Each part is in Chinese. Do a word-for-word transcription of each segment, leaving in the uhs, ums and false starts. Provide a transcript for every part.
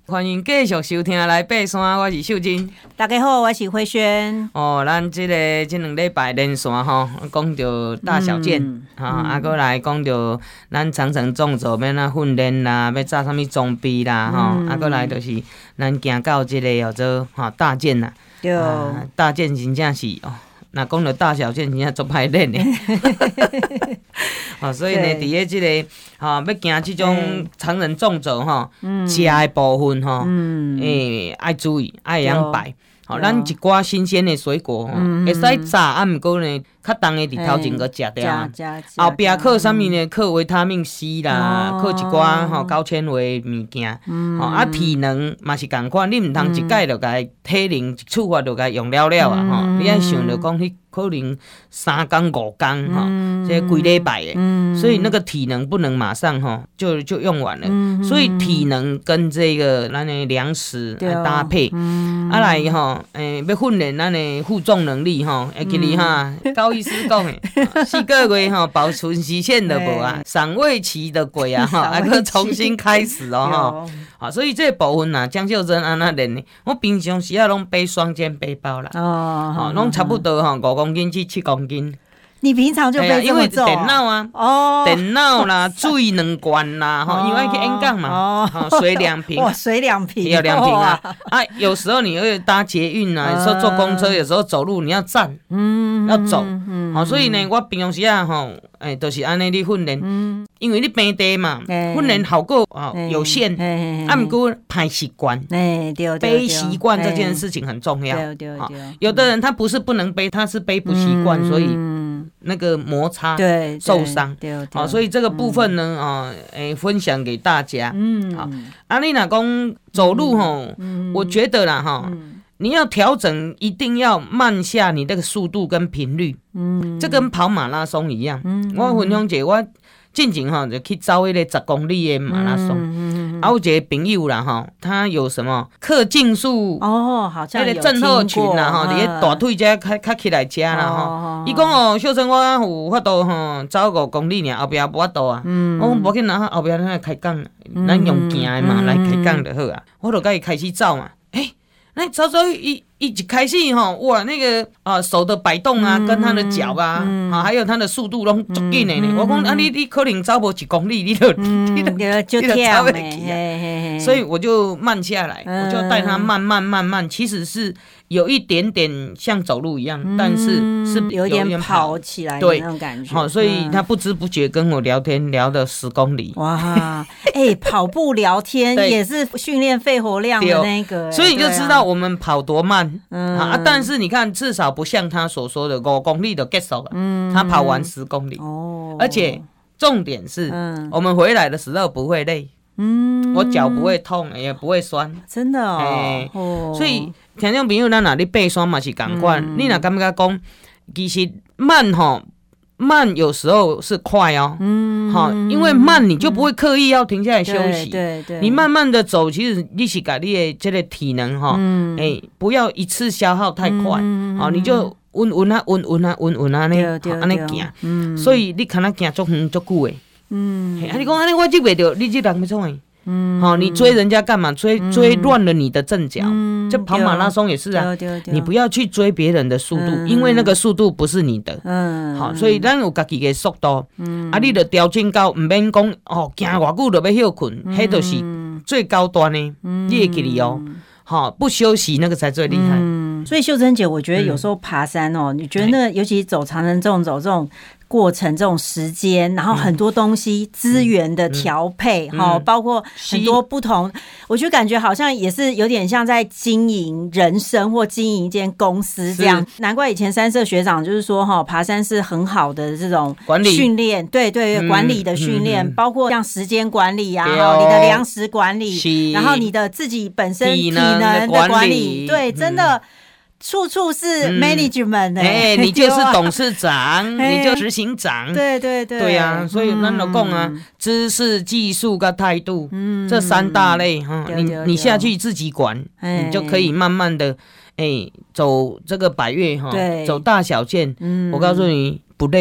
欢迎继续收听来爬山，我是秀珍。 大家好，我是慧萱。 哦，咱即、这个即两礼拜连线吼，讲到大小健，哈、嗯，啊，搁、嗯、来讲到咱长程纵走要哪训练啦，要扎啥物装备啦，吼、嗯，啊，搁来就是咱行到即个叫做吼大健啦， 对、 啊，大健真正是哦。那讲到大小健，真正足歹练的，哦，所以呢，伫咧即个吼、哦、要行即种长程纵走吼，食的部分吼，诶、嗯，爱、欸、注意，爱会晓摆。吼，咱一寡新鲜的水果吼，会使炸，啊，毋过呢，较重的伫头前个食掉，后壁靠啥物呢？靠维他命 C 啦，靠、哦、一寡吼高纤维物件，吼、嗯、啊体能嘛是共款，你毋通一摆就甲体能一触发就甲用了了啊，吼、嗯，你爱想着讲迄可能三工五工吼，这几礼拜的、嗯，所以那个体能不能马上吼就就用完了、嗯，所以体能跟这个咱的粮食来搭配，嗯、啊来吼。诶、欸，要训练咱的负重能力吼，会记哩哈，高医师讲的，四个月吼保存期限都无啊，赏味期的过啊哈，还可重新开始哦哈，好，所以这个部分呐，江秀珍安那练的，我平常时啊拢背双肩背包啦，哦，好，拢差不多吼五公斤至七公斤。 你平常就背这么重、啊？ 因为电脑啊，哦，电脑啦，水两罐啦，哈、哦，因为去演讲嘛，哦，水两瓶， 哇，水两瓶， 有两瓶啊，啊，有时候你会搭捷运啊，有时候坐公车，有时候走路，你要站，嗯，要走，嗯，好、哦，所以呢，我平常时啊，吼，诶，都、就是安尼咧训练，嗯，因为你平地嘛，训练效果啊有限，啊，毋过歹习惯，哎，对，背习惯这件事情很重要，对对对，有的人他不是不能背，他是背不习惯，所以。那个摩擦对受伤，好、哦，所以这个部分呢，啊、嗯，诶、呃，分享给大家，嗯，好，啊，你若讲走路吼、嗯，我觉得啦，哈、嗯，你要调整，一定要慢下你那个速度跟频率，嗯，这跟跑马拉松一样，嗯，我分享一个我进前吼就去走迄个十公里的马拉松，嗯嗯、啊，有一个朋友啦，哈，他有什麼克竞速哦，好像有聽過， 症候群啦，哈，你大腿只較較起來吃啦，哈，伊講哦，秀珍我有法度吼走五公里爾，後壁無法度啊，嗯、我講無緊拿後壁咱來開講，咱、嗯、用行的嘛、嗯、來開講就好啊，我就甲伊開始走嘛，誒、欸，那走走伊。一開始吼，哇，那個啊、呃、手的擺動啊，嗯、跟他的腳啊，嗯、啊，還有他的速度攏足緊的呢。我講啊，你你可能走無一公里，你就、嗯、你就就跳袂起啊。所以我就慢下來，嗯、我就帶他慢慢慢慢，其實是有一點點像走路一樣，嗯、但是是有點點跑起來的那種感覺。 好，所以他不知不覺跟我聊天聊了十公里。 哇，哎、欸，跑步聊天也是訓練肺活量的那個、欸， 所以你就知道我們跑多慢。嗯啊，但是你看，至少不像他所說的五公里就結束了，嗯，他跑完十公里，哦，而且重點是，嗯，我們回來的時候不會累，嗯，我腳不會痛，也不會酸， 真的哦， 欸、哦所以聽眾朋友，咱哪裡爬山嘛是同款，嗯、你哪感覺講，其實慢吼。慢有時候是快哦，嗯，好，因為慢你就不會刻意要停下來休息，對對，你慢慢的走，其實你是把你的這個體能哈，嗯，哎，不要一次消耗太快，好，你就穩穩啊，穩穩啊，穩穩啊，呢，安尼行，嗯，所以你看他行足遠足久的，嗯，啊，你講安尼我記袂到，你這人要創誒？嗯，好，你追人家幹嘛？追追亂了你的陣腳。嗯，就跑馬拉松也是啊，你不要去追別人的速度，嗯、因為那個速度不是你的。嗯，好，所以咱有自己的速度。嗯，啊，你就調整到唔免講哦，行偌久就要休困，迄、嗯、就是最高端的，嗯、你會記得哦。好，不休息那個才最厲害。 嗯，所以秀珍姐，我覺得有時候爬山哦，嗯、你覺得那尤其走長程這種走這種。過程這種時間，然後很多東西資源的調配，哈、嗯嗯，包括很多不同，我就感覺好像也是有點像在經營人生或經營一間公司這樣。難怪以前三社學長就是說，哈，爬山是很好的這種訓練，對對對，管理的訓練、嗯嗯，包括像時間管理啊，你的糧食管理，然後你的自己本身體能的管理，對，真的。嗯處處是 management 的、欸嗯欸，你就是董事長，你就執行長， 對對對， 對啊，所以咱就講啊，嗯、知識、技術跟態度、嗯，這三大類哈，你你下去自己管，你就可以慢慢的，哎、欸，走這個百岳哈，走大小健、嗯，我告訴你不累。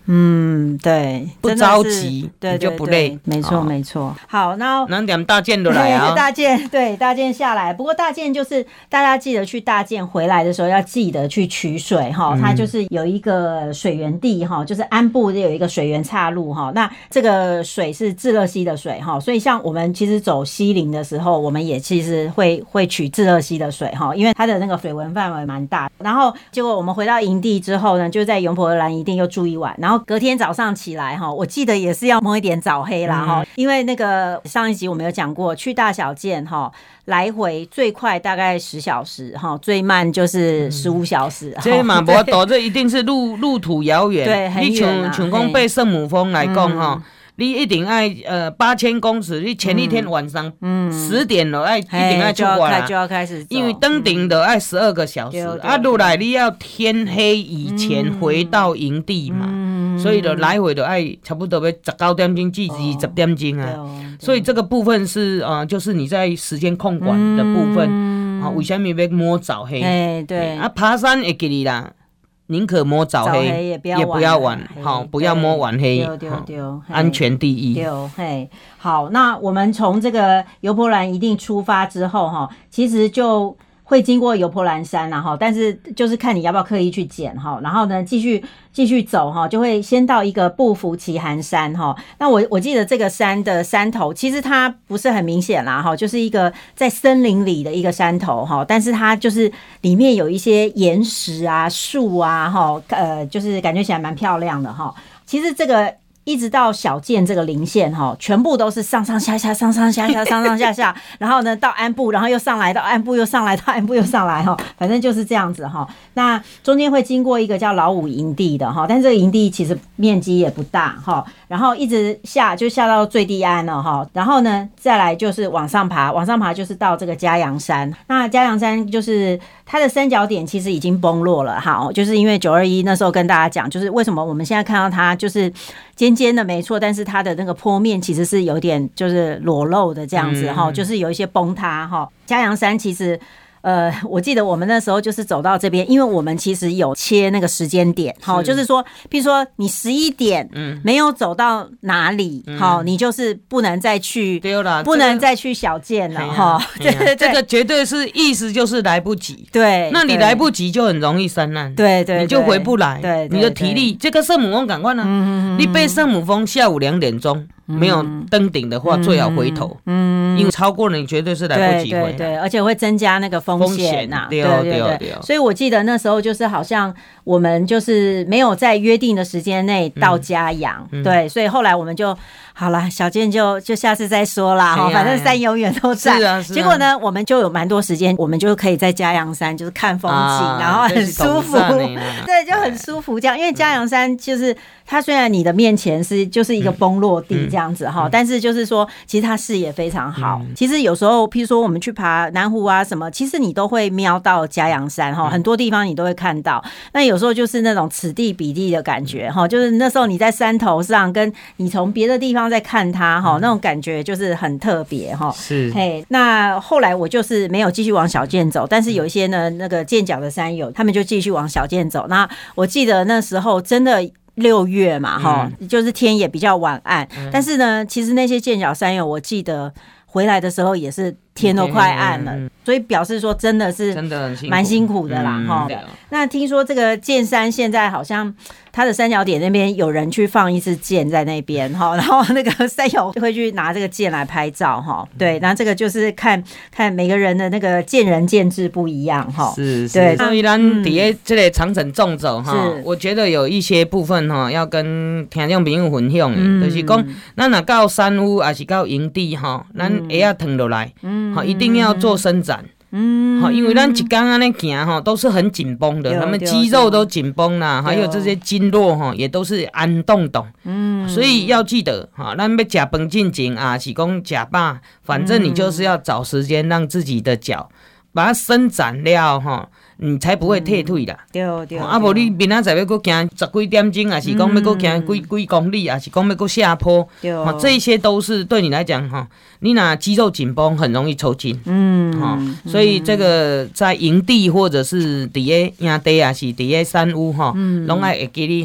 嗯，对， 不着急， 对你就不累。 没错，没错。好，那那点大件都来啊， 大件对大件下来。不过大件就是大家记得去大件回来的时候要记得去取水哈，嗯、它就是有一个水源地哈，就是安部有一个水源岔路哈。那这个水是智乐溪的水哈，所以像我们其实走西陵的时候，我们也其实会会取智乐溪的水哈，因为它的那个水文范围蛮大。然后结果我们回到营地之后呢，就在永婆兰一定又住一晚，然后隔天早上起来哈，我记得也是要摸一点早黑啦哈、嗯，因为那个上一集我们有讲过，去大小件哈，来回最快大概十小时哈，最慢就是十五小时。嗯、 这嘛无多，这一定是路路途遥远， 对，很远啊。 你像像讲爬圣母峰来讲哈。嗯你一定爱呃八千公尺，你前一天晚上十点了，爱、嗯、一定爱出国啦， 就要开始走， 因为登顶的爱十二个小时，嗯、啊，落来你要天黑以前回到营地嘛，嗯、所以就来回就爱差不多要十九点钟至二十点钟啊，哦、所以这个部分是呃，就是你在时间控管的部分、嗯、啊，为什么要摸早黑？ 哎，对， 啊，爬山会给你啦。宁可摸早黑， 也不要也不要晚，好，不要摸晚黑， 丢丢丢， 安全第一。 丢嘿，好，那我们从这个油波兰一定出发之后哈，其实就会经过油波兰山啦哈，但是就是看你要不要刻意去捡哈，然后呢继续继续走哈，就会先到一个不服奇寒山哈。那我我记得这个山的山头其实它不是很明显啦哈，就是一个在森林里的一个山头哈，但是它就是里面有一些岩石啊、树啊哈，呃，就是感觉起来蛮漂亮的哈。其实这个。一直到小件这个零线哈，全部都是上上下下、上上下下、上上下下，然后呢到安部，然后又上来到安部，又上来到安部，又上来哈，反正就是这样子哈。那中间会经过一个叫老五营地的哈，但这个营地其实面积也不大哈，然后一直下就下到最低安了哈，然后呢再来就是往上爬，往上爬就是到这个嘉阳山。那嘉阳山就是它的三角点其实已经崩落了哈，就是因为九二一那时候跟大家讲，就是为什么我们现在看到它就是尖尖的没错，但是它的那个坡面其实是有点就是裸露的这样子哈、嗯，就是有一些崩塌哈。嘉阳山其实。呃，我记得我们那时候就是走到这边，因为我们其实有切那个时间点，好，就是说，譬如说你十一点没有走到哪里，好、嗯，你就是不能再去，对啦，不能再去小件了哈。对对对， 这个绝对是意思就是来不及， 对， 那你来不及就很容易山难， 对 对, 对， 你就回不来， 对， 对，你的体力，这个圣母峰赶快呢，嗯、你背圣母峰下午两点钟。没有登顶的话、嗯，最好回头，嗯，因为超过了你绝对是来不及回来， 对对对，而且会增加那个风险呐、啊，对对 对, 对, 对。所以我记得那时候就是好像我们就是没有在约定的时间内到嘉阳、嗯，对，所以后来我们就好了，小健就就下次再说啦，哈、啊，反正山永远都在。是啊是啊。结果呢，我们就有蛮多时间，我们就可以在嘉阳山就是看风景，啊、然后很舒服，对，就很舒服这样。因为嘉阳山就是它虽然你的面前是就是一个崩落地。嗯嗯这样子哈、嗯，但是就是说，其实它视野非常好、嗯。其实有时候，譬如说我们去爬南湖啊什么，其实你都会瞄到嘉阳山哈、嗯，很多地方你都会看到。那有时候就是那种此地彼地的感觉哈，就是那时候你在山头上，跟你从别的地方在看它哈、嗯，那种感觉就是很特别哈。 是， 嘿，那后来我就是没有继续往小件走，但是有一些呢，那个健脚的山友，他们就继续往小件走。那我记得那时候真的。六月嘛，哈、嗯，就是天也比较晚暗、嗯，但是呢，其实那些健脚山友，我记得回来的时候也是天都快暗了，嗯、所以表示说真的是真的蛮辛苦的啦，哈、嗯。那听说这个剑山现在好像它的三角点那边有人去放一支箭在那边哈，然后那个山友会去拿这个箭来拍照哈，对，那这个就是看看每个人的那个见仁见智不一样哈， 是，是，对，所以咱底下这个长程纵走哈，我觉得有一些部分哈要跟听众朋友分享的，嗯、就是讲咱若到山屋还是到营地哈，咱鞋啊躺落来，嗯，好，一定要做伸展。嗯，好，因为咱一天安尼行哈，都是很紧绷的，他们肌肉都紧绷啦，还有这些经络哈，也都是安动动。嗯，所以要记得哈，咱要吃饭进前啊，是讲吃饱，反正你就是要找时间让自己的脚把它伸展了哈。你才不会退退啦，嗯、对对。啊，无你明仔载要搁行十几点钟，还是讲要搁行几几公里，还是讲要搁下坡，对，这一些都是对你来讲哈，你那肌肉紧绷很容易抽筋，嗯，哈，所以这个在营地或者是底下营地啊，是底下山屋哈，拢爱会记你哈。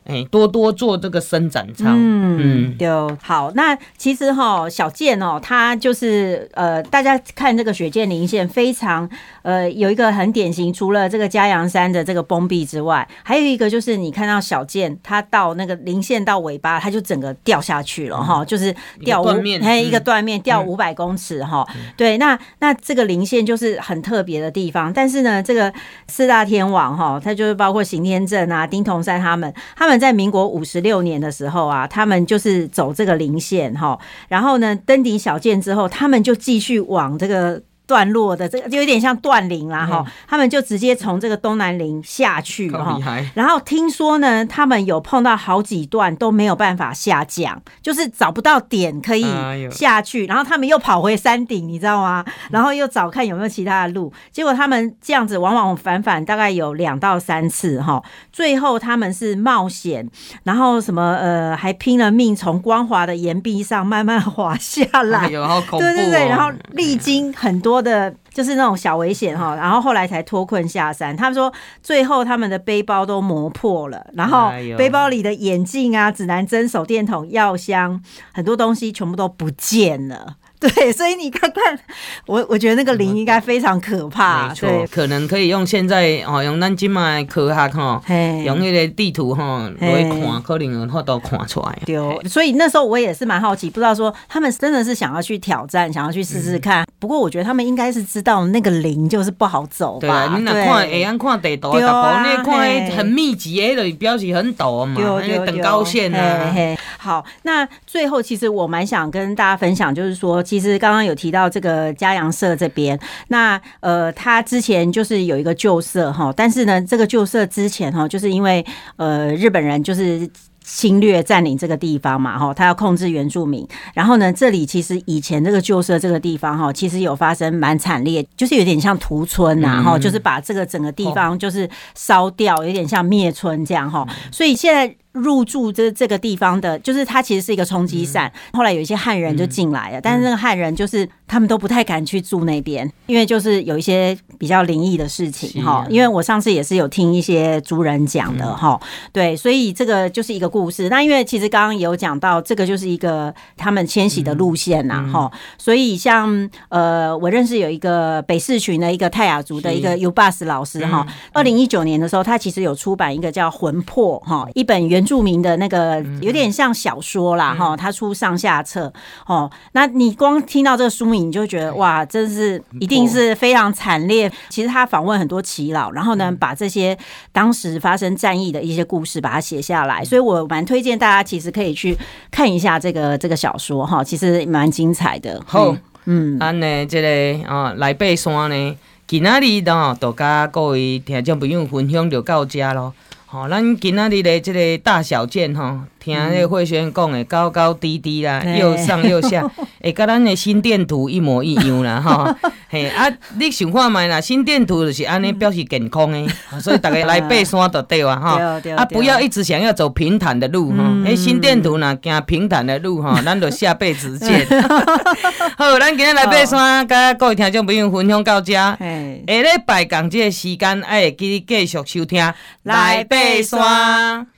哎、欸，多多做这个伸展操。 嗯嗯，对，好，那其实哈，小健哦，他就是呃，大家看这个雪见林线非常呃，有一个很典型，除了这个嘉阳山的这个崩壁之外，还有一个就是你看到小健他到那个林线到尾巴，他就整个掉下去了哈、嗯，就是掉五还有一个断面掉五百公尺哈、嗯。对，那那这个林线就是很特别的地方，但是呢，这个四大天王哈，他就是包括邢天正啊、丁同山他们，他们在民国五十六年的时候啊，他们就是走这个林线哈，然后呢登顶小健之后，他们就继续往这个段落的这个就有点像断林啦哈、嗯，他们就直接从这个东南林下去哈，然后听说呢，他们有碰到好几段都没有办法下降，就是找不到点可以下去，然后他们又跑回山顶，你知道吗？然后又找看有没有其他的路，结果他们这样子往往反反大概有两到三次哈，最后他们是冒险，然后什么呃还拼了命从光滑的岩壁上慢慢滑下来， 哎呦，好恐怖哦！ 对对对，然后历经很多的就是那种小危险哈，然后后来才脱困下山。他们说最后他们的背包都磨破了，然后背包里的眼镜啊、指南针、手电筒、药箱，很多东西全部都不见了。对，所以你看看，我我觉得那个林应该非常可怕。 没错，可能可以用现在哦，用咱今麦科学哈，用那个地图哈来看，可能有法度看出来。 对，所以那时候我也是蛮好奇，不知道说他们真的是想要去挑战，想要去试试看。嗯、不过我觉得他们应该是知道那个林就是不好走吧。 对啊，你若看会按看地图，大部分你看很密集的，就表示很陡嘛，那个等高线啊。 嘿嘿好，那最后其实我蛮想跟大家分享，就是说。其实刚刚有提到这个嘉阳社这边，那呃，他之前就是有一个旧社哈，但是呢，这个旧社之前哈，就是因为呃日本人就是侵略占领这个地方嘛，哈，他要控制原住民。然后呢，这里其实以前这个旧社这个地方哈，其实有发生蛮惨烈，就是有点像屠村呐，哈、嗯，就是把这个整个地方就是烧掉，有点像灭村这样哈。所以现在。入住这这个地方的，就是它其实是一个冲积扇、嗯。后来有一些汉人就进来了、嗯，但是那个汉人就是他们都不太敢去住那边，因为就是有一些比较灵异的事情哈、啊。因为我上次也是有听一些族人讲的哈、嗯，对，所以这个就是一个故事。那因为其实刚刚也有讲到，这个就是一个他们迁徙的路线呐哈、嗯嗯。所以像呃，我认识有一个北势群的一个泰雅族的一个 Ubas 老师哈，二零一九年的时候，他其实有出版一个叫《魂魄》哈，一本原著名的那个有点像小说啦哈、嗯，他出上下册哦。那你光听到这个书名，你就觉得哇，真是一定是非常惨烈。其实他访问很多耆老，然后呢，把这些当时发生战役的一些故事把它写下来。所以我蛮推荐大家，其实可以去看一下这个这个小说哈，其实蛮精彩的。 好，嗯，安呢这个啊来爬山呢，今仔日呢就甲各位听众朋友分享就到这咯。吼、哦，咱今仔日的这个大小健吼，听那个慧萱讲的高高低低啦，嗯、又上又下，会跟咱的心电图一模一样啦，吼。嘿啊，你想看卖啦，心电图就是安尼表示健康的，嗯、所以大家来爬山就对啊，哈。啊，不要一直想要走平坦的路哈，哎、嗯，心电图若行平坦的路哈，咱就下辈子见。好，咱今日来爬山，甲各位听众朋友分享到这。下礼拜同这个时间，爱会记得继续收听来爬山。